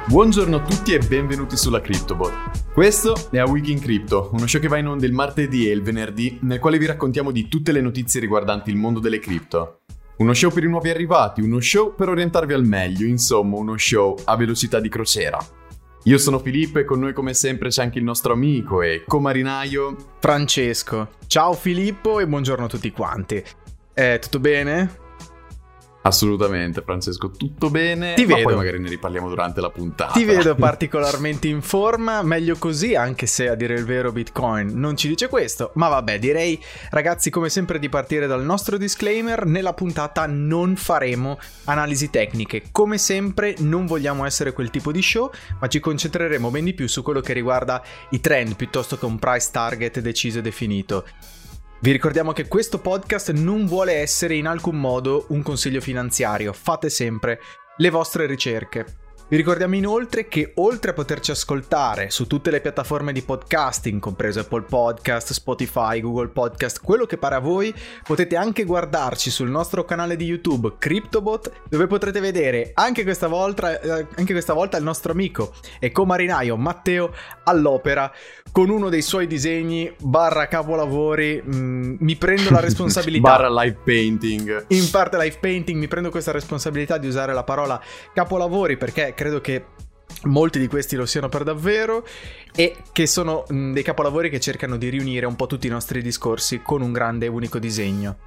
Buongiorno a tutti e benvenuti sulla CryptoBot. Questo è A Week in Crypto, uno show che va in onda il martedì e il venerdì, nel quale vi raccontiamo di tutte le notizie riguardanti il mondo delle cripto. Uno show per i nuovi arrivati, uno show per orientarvi al meglio, insomma uno show a velocità di crociera. Io sono Filippo e con noi come sempre c'è anche il nostro amico e comarinaio Francesco. Ciao Filippo e buongiorno a tutti quanti. Tutto bene? Assolutamente Francesco, tutto bene, Ti ma vedo. poi magari ne riparliamo durante la puntata. Ti vedo particolarmente in forma, meglio così, anche se a dire il vero Bitcoin non ci dice questo. Ma vabbè, direi ragazzi come sempre di partire dal nostro disclaimer. Nella puntata non faremo analisi tecniche. Come sempre non vogliamo essere quel tipo di show, ma ci concentreremo ben di più su quello che riguarda i trend piuttosto che un price target deciso e definito. Vi ricordiamo che questo podcast non vuole essere in alcun modo un consiglio finanziario, fate sempre le vostre ricerche. Vi ricordiamo inoltre che oltre a poterci ascoltare su tutte le piattaforme di podcasting, compreso Apple Podcast, Spotify, Google Podcast, quello che pare a voi, potete anche guardarci sul nostro canale di YouTube CryptoBot, dove potrete vedere anche questa volta il nostro amico e comarinaio Matteo all'opera con uno dei suoi disegni / capolavori. Mi prendo la responsabilità / live painting. In parte live painting, mi prendo questa responsabilità di usare la parola capolavori perché credo che molti di questi lo siano per davvero e che sono dei capolavori che cercano di riunire un po' tutti i nostri discorsi con un grande e unico disegno.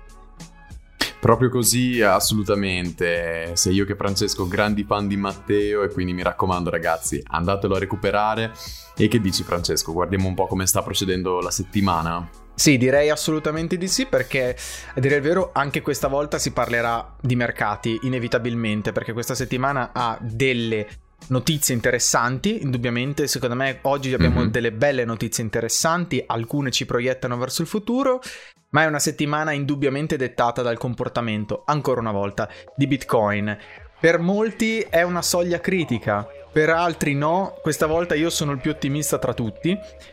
Proprio così, assolutamente. Sia io che Francesco grandi fan di Matteo e quindi mi raccomando ragazzi, andatelo a recuperare. E che dici Francesco? Guardiamo un po' come sta procedendo la settimana? Sì, direi assolutamente di sì, perché a dire il vero anche questa volta si parlerà di mercati inevitabilmente, perché questa settimana ha delle notizie interessanti, indubbiamente. Secondo me oggi abbiamo delle belle notizie interessanti, alcune ci proiettano verso il futuro, ma è una settimana indubbiamente dettata dal comportamento, ancora una volta, di Bitcoin. Per molti è una soglia critica, per altri no. Questa volta io sono il più ottimista tra tutti,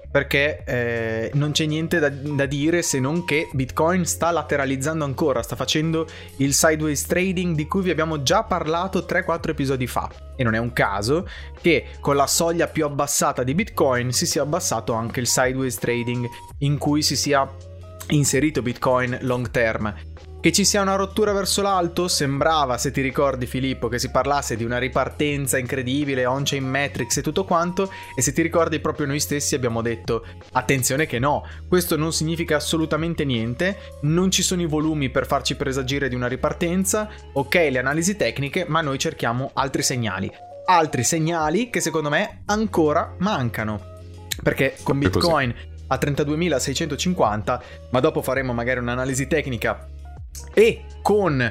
perché non c'è niente da dire se non che Bitcoin sta lateralizzando ancora, sta facendo il sideways trading di cui vi abbiamo già parlato 3-4 episodi fa. E non è un caso che con la soglia più abbassata di Bitcoin si sia abbassato anche il sideways trading in cui si sia inserito Bitcoin long term. Che ci sia una rottura verso l'alto? Sembrava, se ti ricordi Filippo, che si parlasse di una ripartenza incredibile, on-chain metrics e tutto quanto, e se ti ricordi proprio noi stessi abbiamo detto attenzione che no, questo non significa assolutamente niente, non ci sono i volumi per farci presagire di una ripartenza, ok le analisi tecniche, ma noi cerchiamo altri segnali che secondo me ancora mancano, perché con Bitcoin a 32.650, ma dopo faremo magari un'analisi tecnica, e con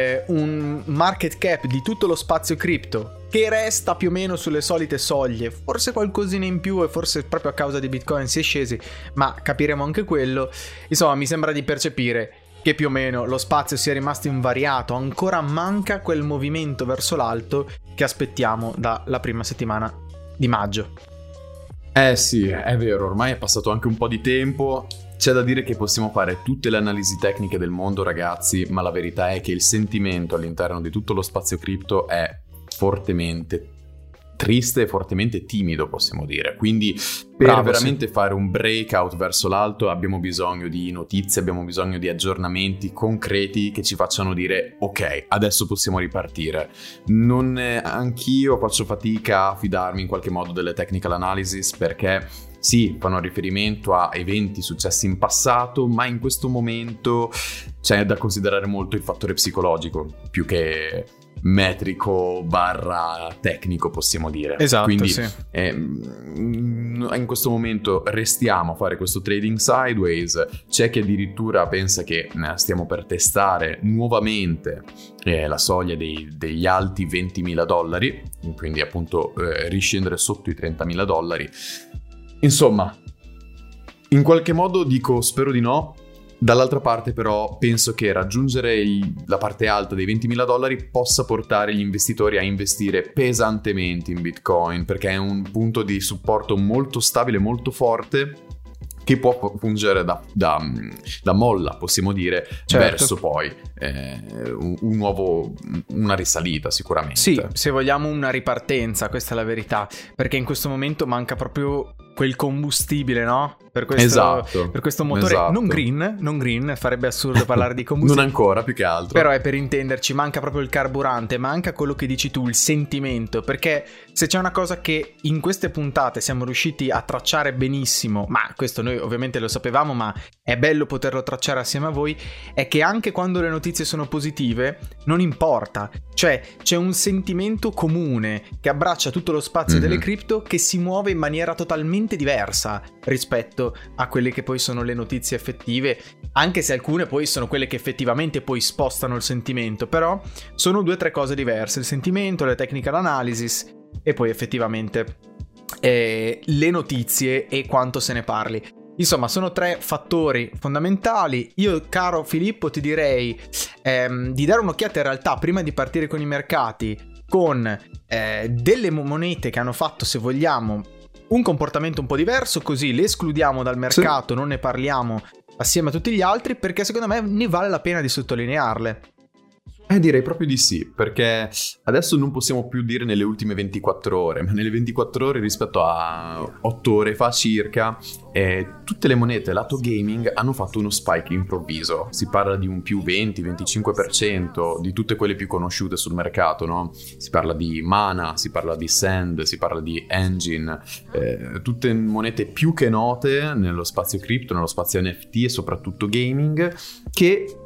un market cap di tutto lo spazio cripto che resta più o meno sulle solite soglie, forse qualcosina in più e forse proprio a causa di Bitcoin si è scesi, ma capiremo anche quello. Insomma, mi sembra di percepire che più o meno lo spazio sia rimasto invariato, ancora manca quel movimento verso l'alto che aspettiamo dalla prima settimana di maggio. Sì, è vero, ormai è passato anche un po' di tempo. C'è da dire che possiamo fare tutte le analisi tecniche del mondo ragazzi, ma la verità è che il sentimento all'interno di tutto lo spazio cripto è fortemente triste e fortemente timido, possiamo dire. Quindi per veramente fare un breakout verso l'alto abbiamo bisogno di notizie, abbiamo bisogno di aggiornamenti concreti che ci facciano dire ok, adesso possiamo ripartire. Anch'io faccio fatica a fidarmi in qualche modo delle technical analysis, perché sì, fanno riferimento a eventi successi in passato, ma in questo momento c'è da considerare molto il fattore psicologico più che metrico / tecnico, possiamo dire. Esatto. Quindi sì. In questo momento restiamo a fare questo trading sideways. C'è chi addirittura pensa che stiamo per testare nuovamente la soglia degli alti $20.000, quindi appunto riscendere sotto i $30.000. Insomma, in qualche modo dico spero di no. Dall'altra parte però penso che raggiungere la parte alta dei $20.000 possa portare gli investitori a investire pesantemente in Bitcoin, perché è un punto di supporto molto stabile, molto forte, che può fungere da molla, possiamo dire, certo, verso poi una risalita sicuramente. Sì, se vogliamo una ripartenza, questa è la verità, perché in questo momento manca proprio quel combustibile, no? Per questo motore non green, farebbe assurdo parlare di combustibile. Non ancora, più che altro. Però è per intenderci, manca proprio il carburante, manca quello che dici tu, il sentimento, perché se c'è una cosa che in queste puntate siamo riusciti a tracciare benissimo, ma questo noi ovviamente lo sapevamo, ma è bello poterlo tracciare assieme a voi, è che anche quando le notizie sono positive, non importa, cioè c'è un sentimento comune che abbraccia tutto lo spazio delle cripto, che si muove in maniera totalmente diversa rispetto a quelle che poi sono le notizie effettive, anche se alcune poi sono quelle che effettivamente poi spostano il sentimento, però sono 2 o 3 cose diverse: il sentimento, le technical analysis e poi effettivamente le notizie e quanto se ne parli. Insomma, sono 3 fattori fondamentali. Io, caro Filippo, ti direi di dare un'occhiata in realtà prima di partire con i mercati, con delle monete che hanno fatto, se vogliamo, un comportamento un po' diverso, così le escludiamo dal mercato, non ne parliamo assieme a tutti gli altri, perché secondo me ne vale la pena di sottolinearle. Direi proprio di sì, perché adesso non possiamo più dire nelle ultime 24 ore, ma nelle 24 ore rispetto a 8 ore fa circa, tutte le monete lato gaming hanno fatto uno spike improvviso. Si parla di un più 20-25% di tutte quelle più conosciute sul mercato, no? Si parla di Mana, si parla di Sand, si parla di Engine, tutte monete più che note nello spazio cripto, nello spazio NFT e soprattutto gaming, che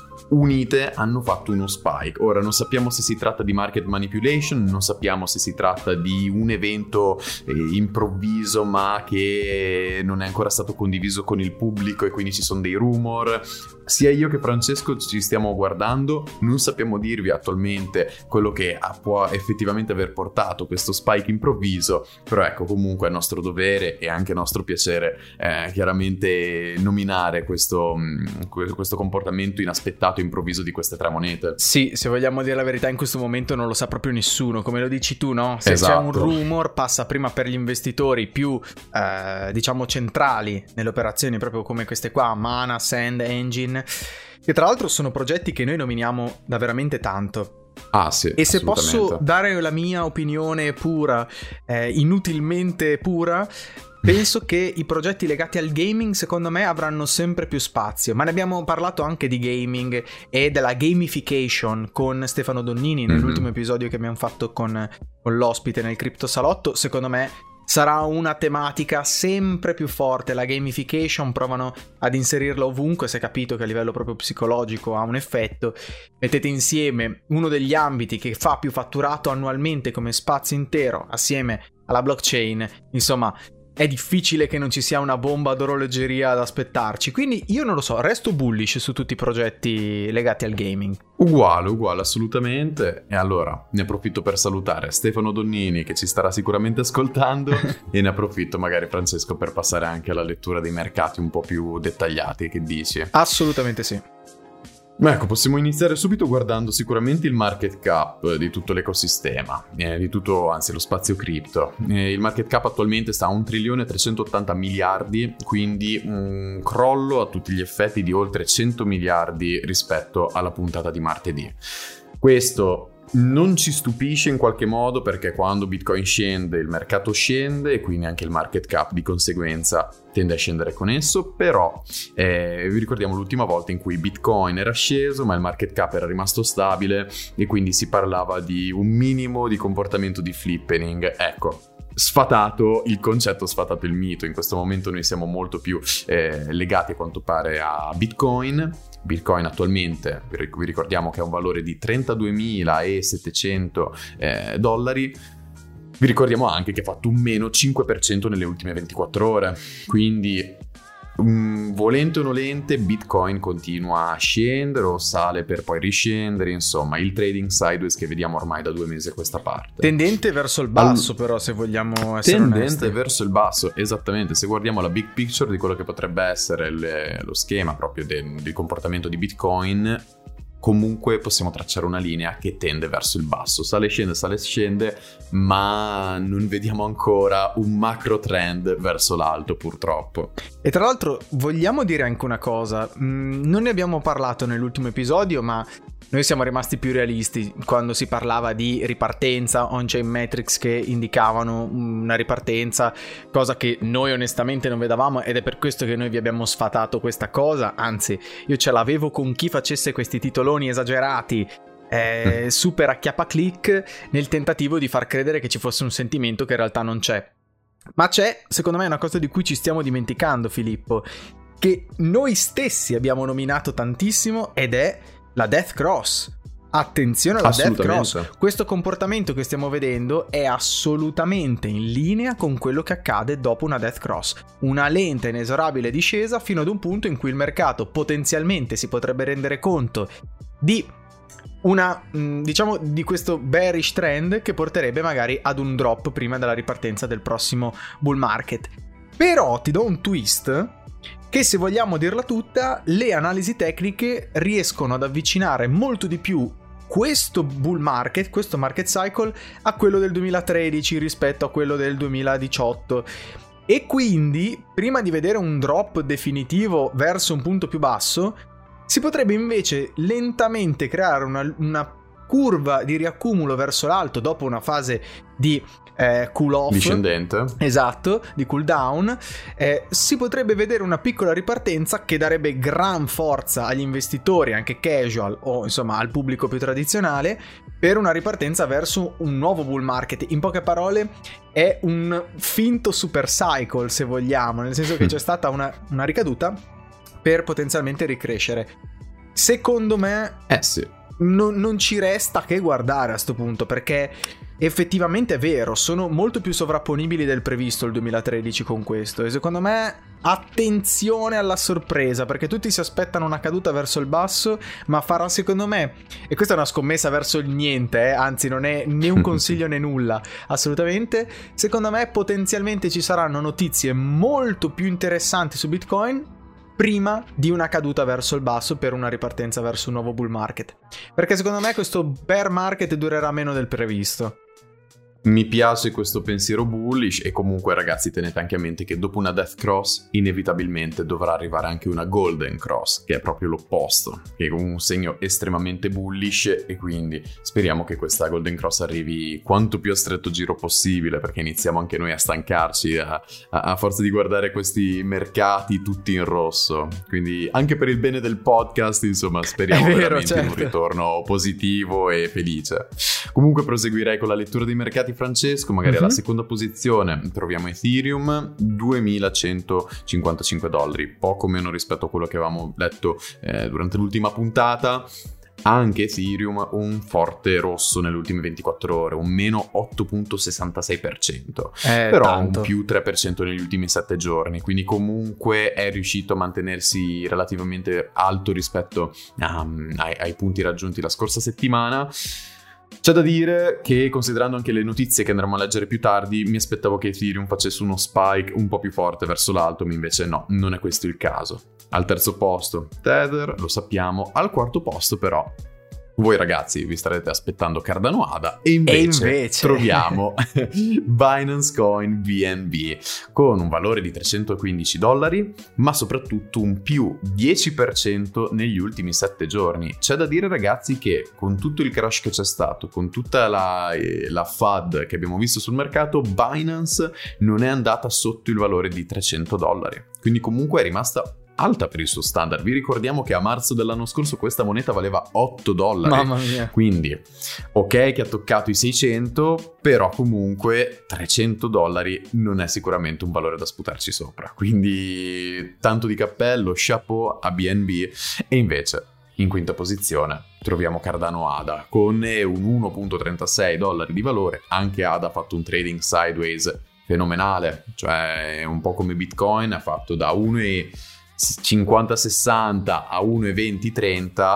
unite hanno fatto uno spike. Ora non sappiamo se si tratta di market manipulation, non sappiamo se si tratta di un evento improvviso ma che non è ancora stato condiviso con il pubblico e quindi ci sono dei rumor. Sia io che Francesco ci stiamo guardando, non sappiamo dirvi attualmente quello che può effettivamente aver portato questo spike improvviso, però ecco, comunque è nostro dovere e anche nostro piacere chiaramente nominare questo comportamento inaspettato improvviso di queste 3 monete. Sì, se vogliamo dire la verità, in questo momento non lo sa proprio nessuno, come lo dici tu, no? Se esatto. C'è un rumor, passa prima per gli investitori più diciamo centrali nelle operazioni, proprio come queste qua, Mana, Sand, Engine, che tra l'altro sono progetti che noi nominiamo da veramente tanto. Sì, e se posso dare la mia opinione pura, inutilmente pura, penso che i progetti legati al gaming secondo me avranno sempre più spazio, ma ne abbiamo parlato anche di gaming e della gamification con Stefano Donnini nell'ultimo episodio che abbiamo fatto con l'ospite nel Crypto Salotto. Secondo me sarà una tematica sempre più forte, la gamification, provano ad inserirla ovunque, si è capito che a livello proprio psicologico ha un effetto. Mettete insieme uno degli ambiti che fa più fatturato annualmente come spazio intero assieme alla blockchain, insomma è difficile che non ci sia una bomba d'orologeria ad aspettarci. Quindi io non lo so, resto bullish su tutti i progetti legati al gaming. Uguale assolutamente. E allora ne approfitto per salutare Stefano Donnini, che ci starà sicuramente ascoltando, e ne approfitto magari, Francesco, per passare anche alla lettura dei mercati un po' più dettagliati. Che dici? Assolutamente sì. Ma ecco, possiamo iniziare subito guardando sicuramente il market cap di tutto l'ecosistema, di tutto, anzi, lo spazio cripto. Il market cap attualmente sta a 1.380 miliardi, quindi un crollo a tutti gli effetti di oltre 100 miliardi rispetto alla puntata di martedì. Questo non ci stupisce in qualche modo, perché quando Bitcoin scende il mercato scende e quindi anche il market cap di conseguenza tende a scendere con esso. Però vi ricordiamo l'ultima volta in cui Bitcoin era sceso ma il market cap era rimasto stabile e quindi si parlava di un minimo di comportamento di flippening. Ecco, sfatato il concetto, sfatato il mito. In questo momento noi siamo molto più legati a quanto pare a Bitcoin. Bitcoin attualmente vi ricordiamo che ha un valore di $32.700. Vi ricordiamo anche che ha fatto un meno 5% nelle ultime 24 ore, quindi volente o nolente Bitcoin continua a scendere o sale per poi riscendere. Insomma, il trading sideways che vediamo ormai da 2 mesi a questa parte, tendente verso il basso, però, se vogliamo essere onesti, verso il basso, esattamente. Se guardiamo la big picture di quello che potrebbe essere lo schema proprio del comportamento di Bitcoin, comunque possiamo tracciare una linea che tende verso il basso, sale e scende, ma non vediamo ancora un macro trend verso l'alto, purtroppo. E tra l'altro vogliamo dire anche una cosa, non ne abbiamo parlato nell'ultimo episodio, ma noi siamo rimasti più realisti quando si parlava di ripartenza, on-chain metrics che indicavano una ripartenza, cosa che noi onestamente non vedevamo, ed è per questo che noi vi abbiamo sfatato questa cosa. Anzi, io ce l'avevo con chi facesse questi titoloni esagerati, super acchiappaclick, nel tentativo di far credere che ci fosse un sentimento che in realtà non c'è. Ma c'è, secondo me, una cosa di cui ci stiamo dimenticando, Filippo, che noi stessi abbiamo nominato tantissimo, ed è la Death Cross. Attenzione alla Death Cross. Questo comportamento che stiamo vedendo è assolutamente in linea con quello che accade dopo una Death Cross. Una lenta e inesorabile discesa fino ad un punto in cui il mercato potenzialmente si potrebbe rendere conto di di questo bearish trend che porterebbe magari ad un drop prima della ripartenza del prossimo bull market. Però ti do un twist, che se vogliamo dirla tutta, le analisi tecniche riescono ad avvicinare molto di più questo bull market, questo market cycle, a quello del 2013 rispetto a quello del 2018. E quindi, prima di vedere un drop definitivo verso un punto più basso, si potrebbe invece lentamente creare una curva di riaccumulo verso l'alto dopo una fase di cool off discendente, esatto, di cool down. Si potrebbe vedere una piccola ripartenza che darebbe gran forza agli investitori, anche casual, o insomma al pubblico più tradizionale, per una ripartenza verso un nuovo bull market. In poche parole è un finto super cycle, se vogliamo, nel senso che c'è stata una ricaduta per potenzialmente ricrescere. Secondo me sì. Non ci resta che guardare a sto punto, perché effettivamente è vero, sono molto più sovrapponibili del previsto il 2013 con questo, e secondo me attenzione alla sorpresa, perché tutti si aspettano una caduta verso il basso, ma farà, secondo me, e questa è una scommessa verso il niente, anzi non è né un consiglio né nulla, assolutamente, secondo me potenzialmente ci saranno notizie molto più interessanti su Bitcoin prima di una caduta verso il basso per una ripartenza verso un nuovo bull market, perché secondo me questo bear market durerà meno del previsto. Mi piace questo pensiero bullish, e comunque ragazzi tenete anche a mente che dopo una Death Cross inevitabilmente dovrà arrivare anche una Golden Cross, che è proprio l'opposto, che è un segno estremamente bullish, e quindi speriamo che questa Golden Cross arrivi quanto più a stretto giro possibile, perché iniziamo anche noi a stancarci a forza di guardare questi mercati tutti in rosso. Quindi anche per il bene del podcast, insomma, speriamo veramente in un ritorno positivo e felice. Comunque proseguirei con la lettura dei mercati, Francesco. Magari alla seconda posizione troviamo Ethereum, $2.155, poco meno rispetto a quello che avevamo letto durante l'ultima puntata. Anche Ethereum un forte rosso nelle ultime 24 ore, un meno 8.66%, però tanto. un più 3% negli ultimi 7 giorni, quindi comunque è riuscito a mantenersi relativamente alto rispetto ai punti raggiunti la scorsa settimana. C'è da dire che, considerando anche le notizie che andremo a leggere più tardi, mi aspettavo che Ethereum facesse uno spike un po' più forte verso l'alto, ma invece no, non è questo il caso. Al terzo posto Tether, lo sappiamo. Al quarto posto però voi ragazzi vi starete aspettando Cardano ADA, e invece troviamo Binance Coin BNB con un valore di $315, ma soprattutto un più 10% negli ultimi 7 giorni. C'è da dire ragazzi che con tutto il crash che c'è stato, con tutta la FUD che abbiamo visto sul mercato, Binance non è andata sotto il valore di $300, quindi comunque è rimasta alta per il suo standard. Vi ricordiamo che a marzo dell'anno scorso questa moneta valeva $8. Mamma mia. Quindi ok che ha toccato i 600, però comunque $300 non è sicuramente un valore da sputarci sopra. Quindi tanto di cappello, chapeau a BNB. E invece in quinta posizione troviamo Cardano ADA con un $1.36 di valore. Anche ADA ha fatto un trading sideways fenomenale, cioè un po' come Bitcoin, ha fatto da 1,50-60 a 1,20-30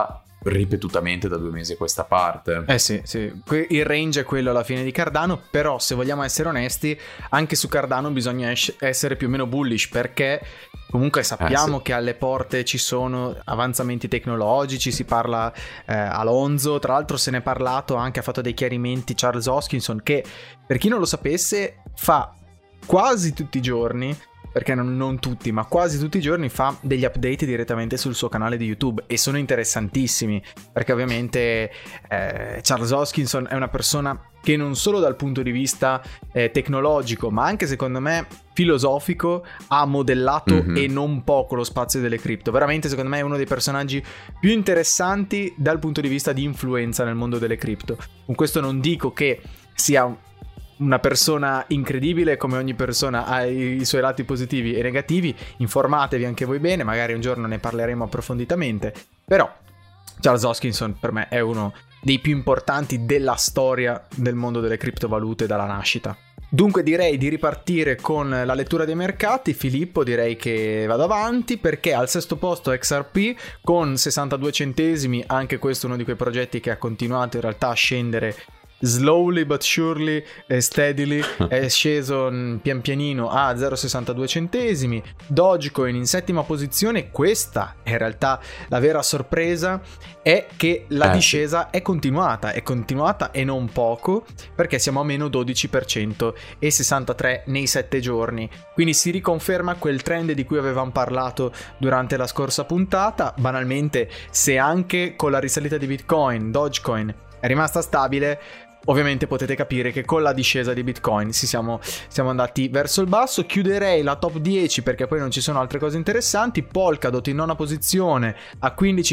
ripetutamente da 2 mesi a questa parte. Sì. Il range è quello alla fine di Cardano, però se vogliamo essere onesti, anche su Cardano bisogna essere più o meno bullish, perché comunque sappiamo che alle porte ci sono avanzamenti tecnologici, si parla Alonso, tra l'altro se ne è parlato, anche ha fatto dei chiarimenti Charles Hoskinson, che per chi non lo sapesse fa quasi tutti i giorni, perché non tutti, ma quasi tutti i giorni fa degli update direttamente sul suo canale di YouTube, e sono interessantissimi, perché ovviamente Charles Hoskinson è una persona che non solo dal punto di vista tecnologico, ma anche secondo me filosofico, ha modellato e non poco lo spazio delle cripto. Veramente secondo me è uno dei personaggi più interessanti dal punto di vista di influenza nel mondo delle cripto. Con questo non dico che sia una persona incredibile, come ogni persona ha i suoi lati positivi e negativi. Informatevi anche voi bene, magari un giorno ne parleremo approfonditamente, però Charles Hoskinson per me è uno dei più importanti della storia del mondo delle criptovalute dalla nascita. Dunque direi di ripartire con la lettura dei mercati. Filippo, direi che vado avanti, perché al sesto posto XRP con 62 centesimi, anche questo è uno di quei progetti che ha continuato in realtà a scendere slowly but surely, steadily, è sceso pian pianino a 0,62 centesimi. Dogecoin in settima posizione. Questa è in realtà la vera sorpresa, è che la discesa è continuata e non poco, perché siamo a meno 12% e 63 nei 7 giorni, quindi si riconferma quel trend di cui avevamo parlato durante la scorsa puntata. Banalmente, se anche con la risalita di Bitcoin Dogecoin è rimasta stabile, ovviamente potete capire che con la discesa di Bitcoin siamo andati verso il basso. Chiuderei la top 10 perché poi non ci sono altre cose interessanti. Polkadot in nona posizione a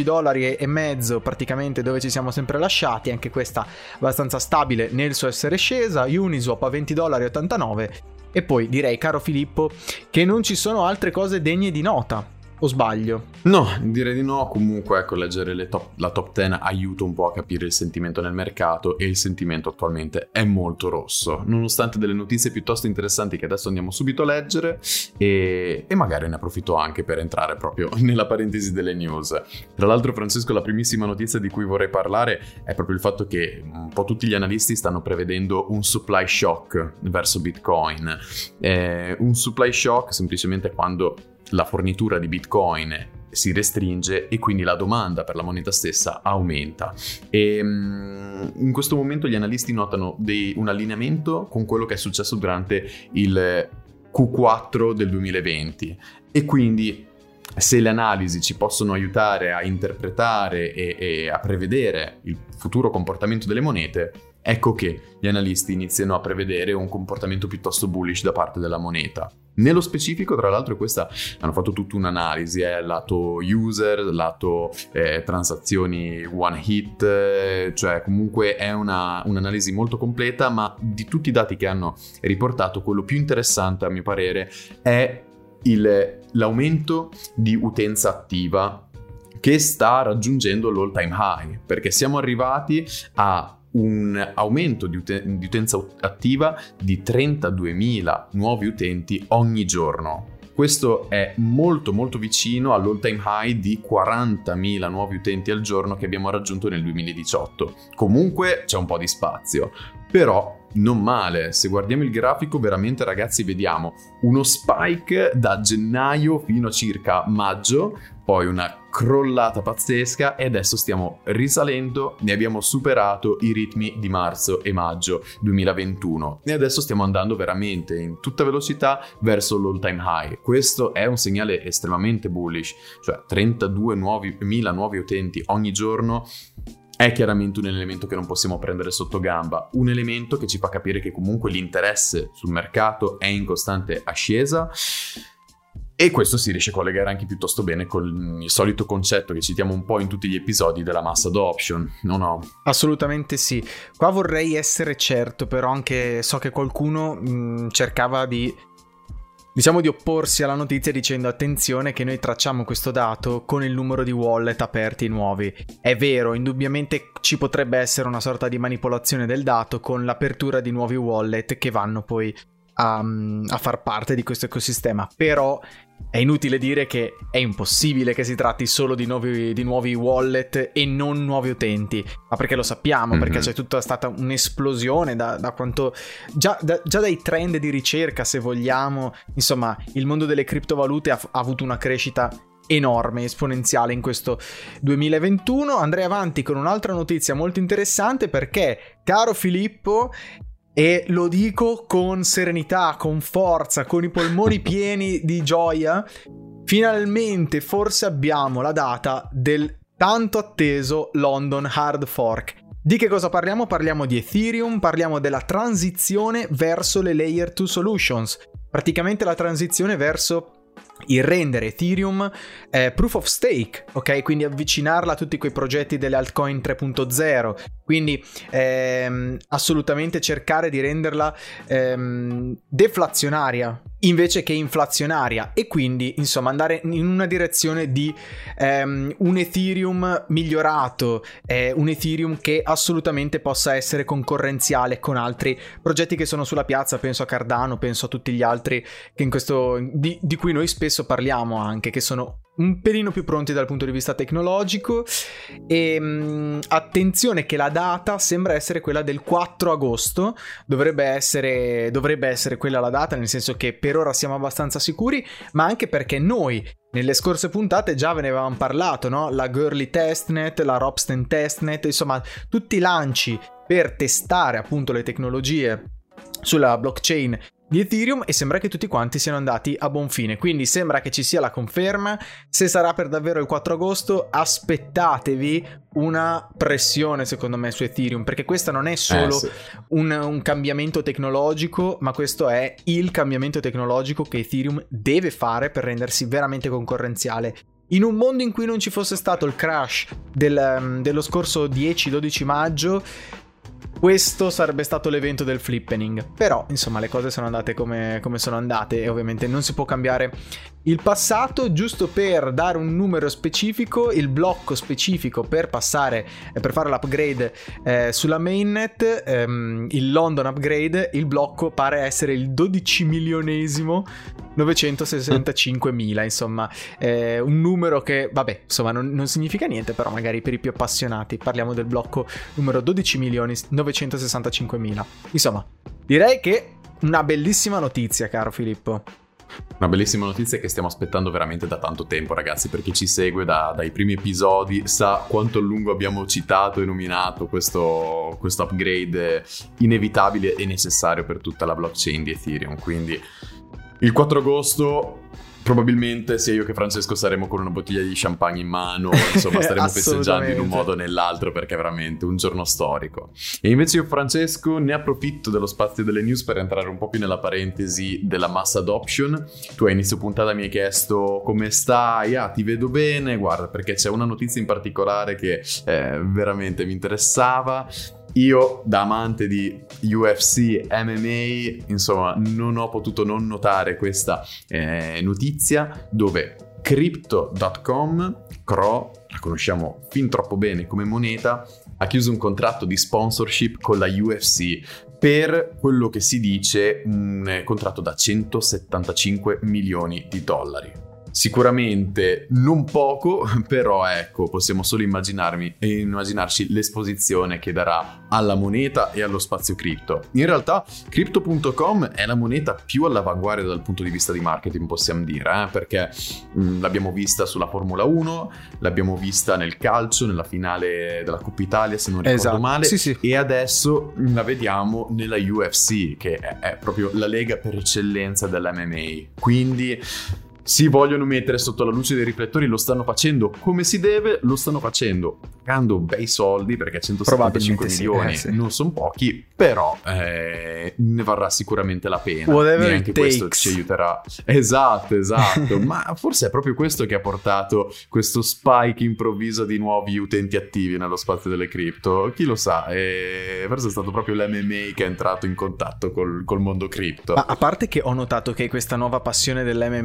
$15,50, praticamente dove ci siamo sempre lasciati, anche questa abbastanza stabile nel suo essere scesa. Uniswap a $20,89. E poi direi, caro Filippo, che non ci sono altre cose degne di nota. O sbaglio? No, direi di no. Comunque, ecco, leggere la top 10 aiuta un po' a capire il sentimento nel mercato, e il sentimento attualmente è molto rosso, nonostante delle notizie piuttosto interessanti che adesso andiamo subito a leggere, e magari ne approfitto anche per entrare proprio nella parentesi delle news. Tra l'altro, Francesco, la primissima notizia di cui vorrei parlare è proprio il fatto che un po' tutti gli analisti stanno prevedendo un supply shock verso Bitcoin. Un supply shock semplicemente quando la fornitura di Bitcoin si restringe e quindi la domanda per la moneta stessa aumenta. E in questo momento gli analisti notano un allineamento con quello che è successo durante il Q4 del 2020, e quindi se le analisi ci possono aiutare a interpretare e a prevedere il futuro comportamento delle monete, ecco che gli analisti iniziano a prevedere un comportamento piuttosto bullish da parte della moneta. Nello specifico, tra l'altro, hanno fatto tutta un'analisi, lato user, lato transazioni one hit, cioè comunque è un'analisi molto completa, ma di tutti i dati che hanno riportato, quello più interessante a mio parere è l'aumento di utenza attiva, che sta raggiungendo l'all time high, perché siamo arrivati a un aumento di utenza attiva di 32.000 nuovi utenti ogni giorno. Questo è molto molto vicino all'all time high di 40.000 nuovi utenti al giorno che abbiamo raggiunto nel 2018. Comunque c'è un po' di spazio, però non male. Se guardiamo il grafico, veramente, ragazzi, vediamo uno spike da gennaio fino a circa maggio, poi una crollata pazzesca, e adesso stiamo risalendo. Ne abbiamo superato i ritmi di marzo e maggio 2021 e adesso stiamo andando veramente in tutta velocità verso l'all time high. Questo è un segnale estremamente bullish, cioè 32.000 nuovi utenti ogni giorno è chiaramente un elemento che non possiamo prendere sotto gamba, un elemento che ci fa capire che comunque l'interesse sul mercato è in costante ascesa. E questo si riesce a collegare anche piuttosto bene con il solito concetto che citiamo un po' in tutti gli episodi della mass adoption, no? Assolutamente sì. Qua vorrei essere certo, però anche so che qualcuno cercava di opporsi alla notizia dicendo: attenzione che noi tracciamo questo dato con il numero di wallet aperti nuovi. È vero, indubbiamente ci potrebbe essere una sorta di manipolazione del dato con l'apertura di nuovi wallet che vanno poi a far parte di questo ecosistema, però è inutile dire che è impossibile che si tratti solo di nuovi wallet e non nuovi utenti, ma perché lo sappiamo, perché c'è tutta stata un'esplosione da quanto già dai trend di ricerca, se vogliamo, insomma il mondo delle criptovalute ha avuto una crescita enorme, esponenziale in questo 2021. Andrei avanti con un'altra notizia molto interessante, perché, caro Filippo, e lo dico con serenità, con forza, con i polmoni pieni di gioia, finalmente forse abbiamo la data del tanto atteso London Hard Fork. Di che cosa parliamo? Parliamo di Ethereum, parliamo della transizione verso le Layer 2 Solutions, praticamente la transizione verso il rendere Ethereum proof of stake, ok? Quindi avvicinarla a tutti quei progetti delle altcoin 3.0, quindi assolutamente cercare di renderla deflazionaria invece che inflazionaria, e quindi insomma andare in una direzione di un Ethereum migliorato, un Ethereum che assolutamente possa essere concorrenziale con altri progetti che sono sulla piazza. Penso a Cardano, penso a tutti gli altri che di cui noi spesso parliamo, anche che sono un pelino più pronti dal punto di vista tecnologico. E attenzione che la data sembra essere quella del 4 agosto, dovrebbe essere quella la data, nel senso che per ora siamo abbastanza sicuri, ma anche perché noi nelle scorse puntate già ve ne avevamo parlato, no? La Goerli Testnet, la Ropsten Testnet, insomma tutti i lanci per testare appunto le tecnologie sulla blockchain di Ethereum, e sembra che tutti quanti siano andati a buon fine, quindi sembra che ci sia la conferma. Se sarà per davvero il 4 agosto, aspettatevi una pressione secondo me su Ethereum, perché questo non è solo un cambiamento tecnologico, ma questo è il cambiamento tecnologico che Ethereum deve fare per rendersi veramente concorrenziale. In un mondo in cui non ci fosse stato il crash dello scorso 10-12 maggio, questo sarebbe stato l'evento del flippening. Però insomma le cose sono andate come sono andate, e ovviamente non si può cambiare il passato. Giusto per dare un numero specifico, il blocco specifico per fare l'upgrade sulla mainnet, il London upgrade, il blocco pare essere il 12.965.000, insomma un numero che vabbè, insomma non significa niente, però magari per i più appassionati parliamo del blocco numero 12.965.000. Insomma, direi che una bellissima notizia, caro Filippo. Una bellissima notizia che stiamo aspettando veramente da tanto tempo, ragazzi, perché ci segue dai primi episodi, sa quanto a lungo abbiamo citato e nominato questo upgrade inevitabile e necessario per tutta la blockchain di Ethereum. Quindi il 4 agosto probabilmente sia io che Francesco saremo con una bottiglia di champagne in mano, insomma staremo festeggiando in un modo o nell'altro, perché è veramente un giorno storico. E invece io, Francesco, ne approfitto dello spazio delle news per entrare un po' più nella parentesi della mass adoption. Tu a inizio puntata mi hai chiesto come stai, ti vedo bene, guarda, perché c'è una notizia in particolare che veramente mi interessava. Io, da amante di UFC, MMA, insomma, non ho potuto non notare questa notizia, dove Crypto.com, CRO, la conosciamo fin troppo bene come moneta, ha chiuso un contratto di sponsorship con la UFC per quello che si dice un contratto da 175 milioni di dollari. Sicuramente non poco, però ecco, possiamo solo immaginarci l'esposizione che darà alla moneta e allo spazio cripto. In realtà Crypto.com è la moneta più all'avanguardia dal punto di vista di marketing, possiamo dire, perché l'abbiamo vista sulla Formula 1, l'abbiamo vista nel calcio, nella finale della Coppa Italia, se non ricordo male, sì. E adesso la vediamo nella UFC, che è proprio la lega per eccellenza dell'MMA. Quindi si vogliono mettere sotto la luce dei riflettori, lo stanno facendo come si deve, lo stanno facendo pagando bei soldi, perché 175 milioni non sono pochi, però ne varrà sicuramente la pena. Whatever e anche questo ci aiuterà. Esatto. Ma forse è proprio questo che ha portato questo spike improvviso di nuovi utenti attivi nello spazio delle cripto. Chi lo sa, forse è stato proprio l'MMA che è entrato in contatto col mondo cripto. Ma a parte che ho notato che questa nuova passione dell'MMA, e poi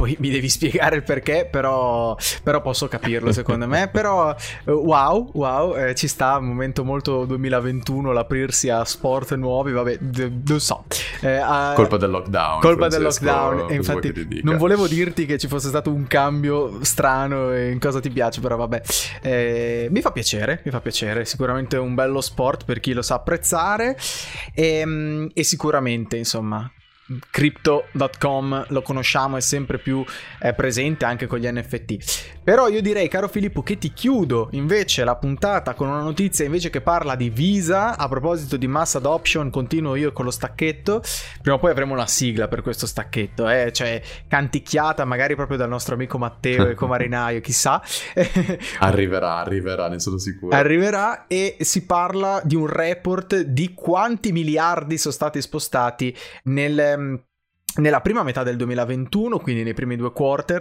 poi mi devi spiegare il perché, però posso capirlo secondo me. Però wow, ci sta, un momento molto 2021 l'aprirsi a sport nuovi, vabbè, non so. Colpa del lockdown. Colpa del lockdown, e infatti non volevo dirti che ci fosse stato un cambio strano in cosa ti piace, però vabbè. Mi fa piacere, sicuramente è un bello sport per chi lo sa apprezzare, e sicuramente, insomma, Crypto.com lo conosciamo, è sempre più presente anche con gli NFT. Però io direi, caro Filippo, che ti chiudo invece la puntata con una notizia invece che parla di Visa. A proposito di mass adoption, continuo io con lo stacchetto. Prima o poi avremo una sigla per questo stacchetto, cioè canticchiata magari proprio dal nostro amico Matteo Ecomarinaio, chissà. Arriverà, ne sono sicuro. Arriverà, e si parla di un report di quanti miliardi sono stati spostati nella prima metà del 2021, quindi nei primi 2 quarter.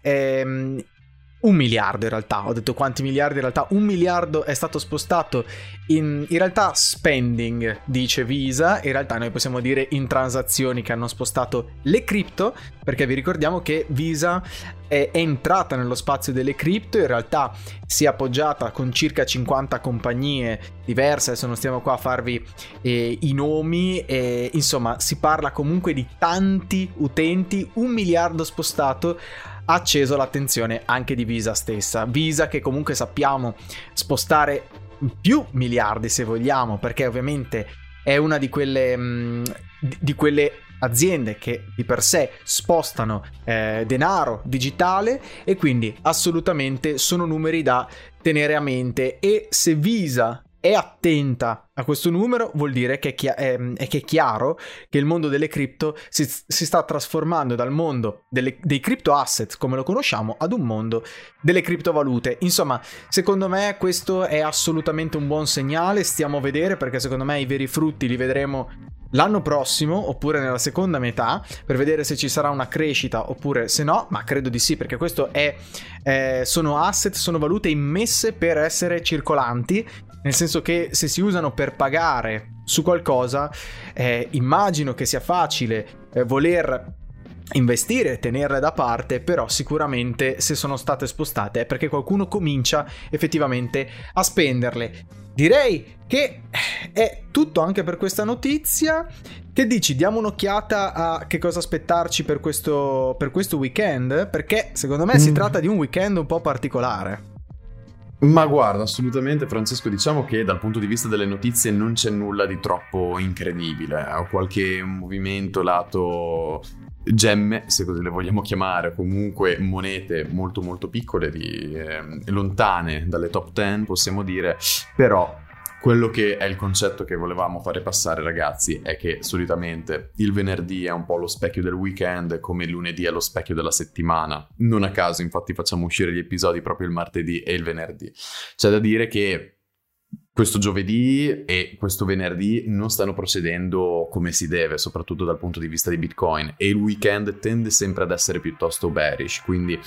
1 miliardo in realtà, ho detto quanti miliardi, in realtà 1 miliardo è stato spostato in realtà spending, dice Visa, in realtà noi possiamo dire in transazioni che hanno spostato le cripto, perché vi ricordiamo che Visa è entrata nello spazio delle cripto, in realtà si è appoggiata con circa 50 compagnie diverse, adesso non stiamo qua a farvi i nomi, insomma si parla comunque di tanti utenti. 1 miliardo spostato ha acceso l'attenzione anche di Visa stessa. Visa che comunque sappiamo spostare più miliardi se vogliamo, perché ovviamente è una di quelle aziende che di per sé spostano denaro digitale, e quindi assolutamente sono numeri da tenere a mente. E se Visa è attenta a questo numero, vuol dire che è chiaro che il mondo delle cripto si sta trasformando dal mondo dei crypto asset come lo conosciamo ad un mondo delle criptovalute. Insomma, secondo me questo è assolutamente un buon segnale. Stiamo a vedere, perché secondo me i veri frutti li vedremo l'anno prossimo oppure nella seconda metà, per vedere se ci sarà una crescita oppure se no, ma credo di sì, perché questo sono asset, sono valute immesse per essere circolanti, nel senso che se si usano per pagare su qualcosa, immagino che sia facile voler investire e tenerle da parte, però sicuramente se sono state spostate è perché qualcuno comincia effettivamente a spenderle. Direi che è tutto anche per questa notizia. Che dici? Diamo un'occhiata a che cosa aspettarci per questo weekend? Perché secondo me si tratta di un weekend un po' particolare. Ma guarda, assolutamente Francesco, diciamo che dal punto di vista delle notizie non c'è nulla di troppo incredibile. Ho qualche movimento lato gemme, se così le vogliamo chiamare, comunque monete molto molto piccole, lontane dalle top 10 possiamo dire, però quello che è il concetto che volevamo fare passare, ragazzi, è che solitamente il venerdì è un po' lo specchio del weekend, come il lunedì è lo specchio della settimana. Non a caso, infatti, facciamo uscire gli episodi proprio il martedì e il venerdì. C'è da dire che questo giovedì e questo venerdì non stanno procedendo come si deve, soprattutto dal punto di vista di Bitcoin, e il weekend tende sempre ad essere piuttosto bearish, quindi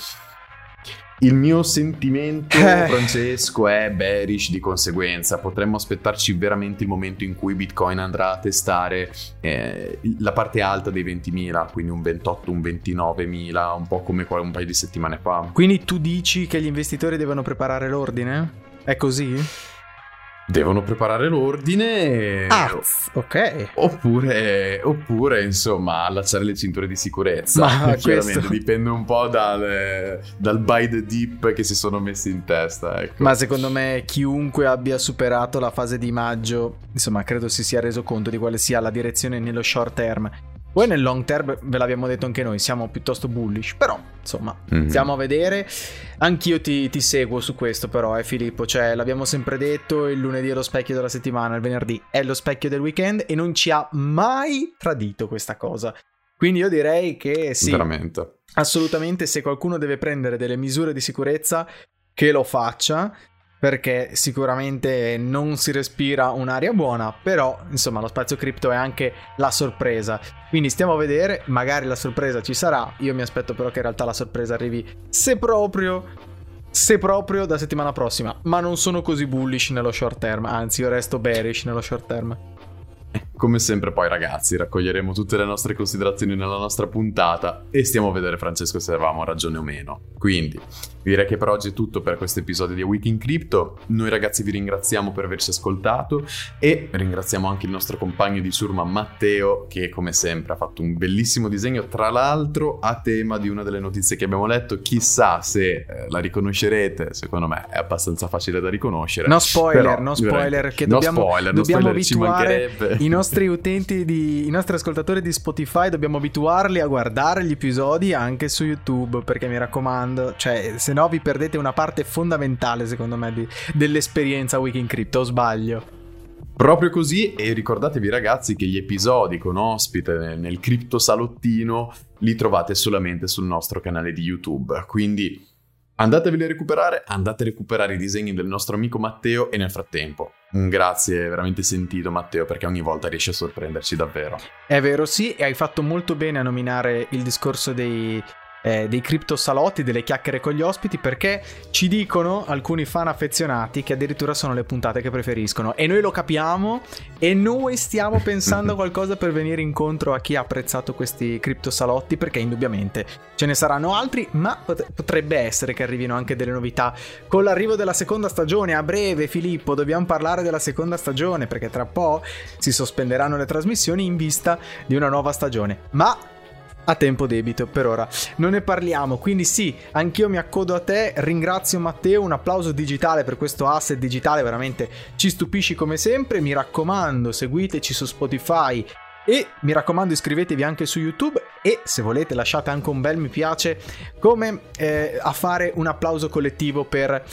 il mio sentimento, Francesco, è bearish di conseguenza. Potremmo aspettarci veramente il momento in cui Bitcoin andrà a testare la parte alta dei 20.000, quindi un 28, un 29.000, un po' come un paio di settimane fa. Quindi tu dici che gli investitori devono preparare l'ordine? È così? Devono preparare l'ordine, ok. Oppure insomma allacciare le cinture di sicurezza. Ma chiaramente questo dipende un po' dal buy the dip che si sono messi in testa, ecco. Ma secondo me chiunque abbia superato la fase di maggio, insomma, credo si sia reso conto di quale sia la direzione nello short term. Poi nel long term ve l'abbiamo detto anche noi, siamo piuttosto bullish, però insomma stiamo a vedere. Anch'io ti seguo su questo però, Filippo, cioè l'abbiamo sempre detto, il lunedì è lo specchio della settimana, il venerdì è lo specchio del weekend, e non ci ha mai tradito questa cosa. Quindi io direi che sì, veramente, assolutamente, se qualcuno deve prendere delle misure di sicurezza che lo faccia, perché sicuramente non si respira un'aria buona, però insomma lo spazio cripto è anche la sorpresa, quindi stiamo a vedere, magari la sorpresa ci sarà. Io mi aspetto però che in realtà la sorpresa arrivi se proprio da settimana prossima, ma non sono così bullish nello short term, anzi io resto bearish nello short term. Come sempre poi ragazzi, raccoglieremo tutte le nostre considerazioni nella nostra puntata e stiamo a vedere, Francesco, se avevamo ragione o meno. Quindi direi che per oggi è tutto per questo episodio di A Week in Crypto. Noi ragazzi vi ringraziamo per averci ascoltato e ringraziamo anche il nostro compagno di ciurma Matteo, che come sempre ha fatto un bellissimo disegno, tra l'altro a tema di una delle notizie che abbiamo letto. Chissà se la riconoscerete, secondo me è abbastanza facile da riconoscere. No spoiler, però, no spoiler, che no dobbiamo spoiler, abituare i nostri utenti, i nostri ascoltatori di Spotify, dobbiamo abituarli a guardare gli episodi anche su YouTube, perché mi raccomando, cioè se no vi perdete una parte fondamentale secondo me dell'esperienza Week in Crypto, o sbaglio? Proprio così, e ricordatevi ragazzi che gli episodi con ospite nel Crypto Salottino li trovate solamente sul nostro canale di YouTube, quindi andateveli a recuperare, andate a recuperare i disegni del nostro amico Matteo e nel frattempo un grazie veramente sentito Matteo, perché ogni volta riesci a sorprenderci davvero. È vero, sì, e hai fatto molto bene a nominare il discorso dei cripto salotti, delle chiacchiere con gli ospiti, perché ci dicono alcuni fan affezionati che addirittura sono le puntate che preferiscono, e noi lo capiamo e noi stiamo pensando a qualcosa per venire incontro a chi ha apprezzato questi cripto salotti, perché indubbiamente ce ne saranno altri, ma potrebbe essere che arrivino anche delle novità con l'arrivo della seconda stagione. A breve, Filippo, dobbiamo parlare della seconda stagione, perché tra po' si sospenderanno le trasmissioni in vista di una nuova stagione, ma a tempo debito per ora non ne parliamo. Quindi sì, anch'io mi accodo a te, ringrazio Matteo, un applauso digitale per questo asset digitale, veramente ci stupisci come sempre. Mi raccomando, seguiteci su Spotify e mi raccomando iscrivetevi anche su YouTube, e se volete lasciate anche un bel mi piace, come a fare un applauso collettivo per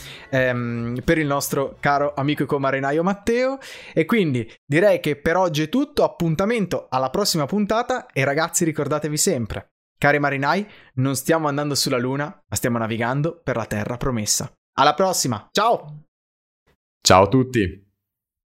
il nostro caro amico e comarinaio Matteo. E quindi direi che per oggi è tutto, appuntamento alla prossima puntata, e ragazzi ricordatevi sempre, cari marinai, non stiamo andando sulla luna, ma stiamo navigando per la terra promessa. Alla prossima, ciao! Ciao a tutti!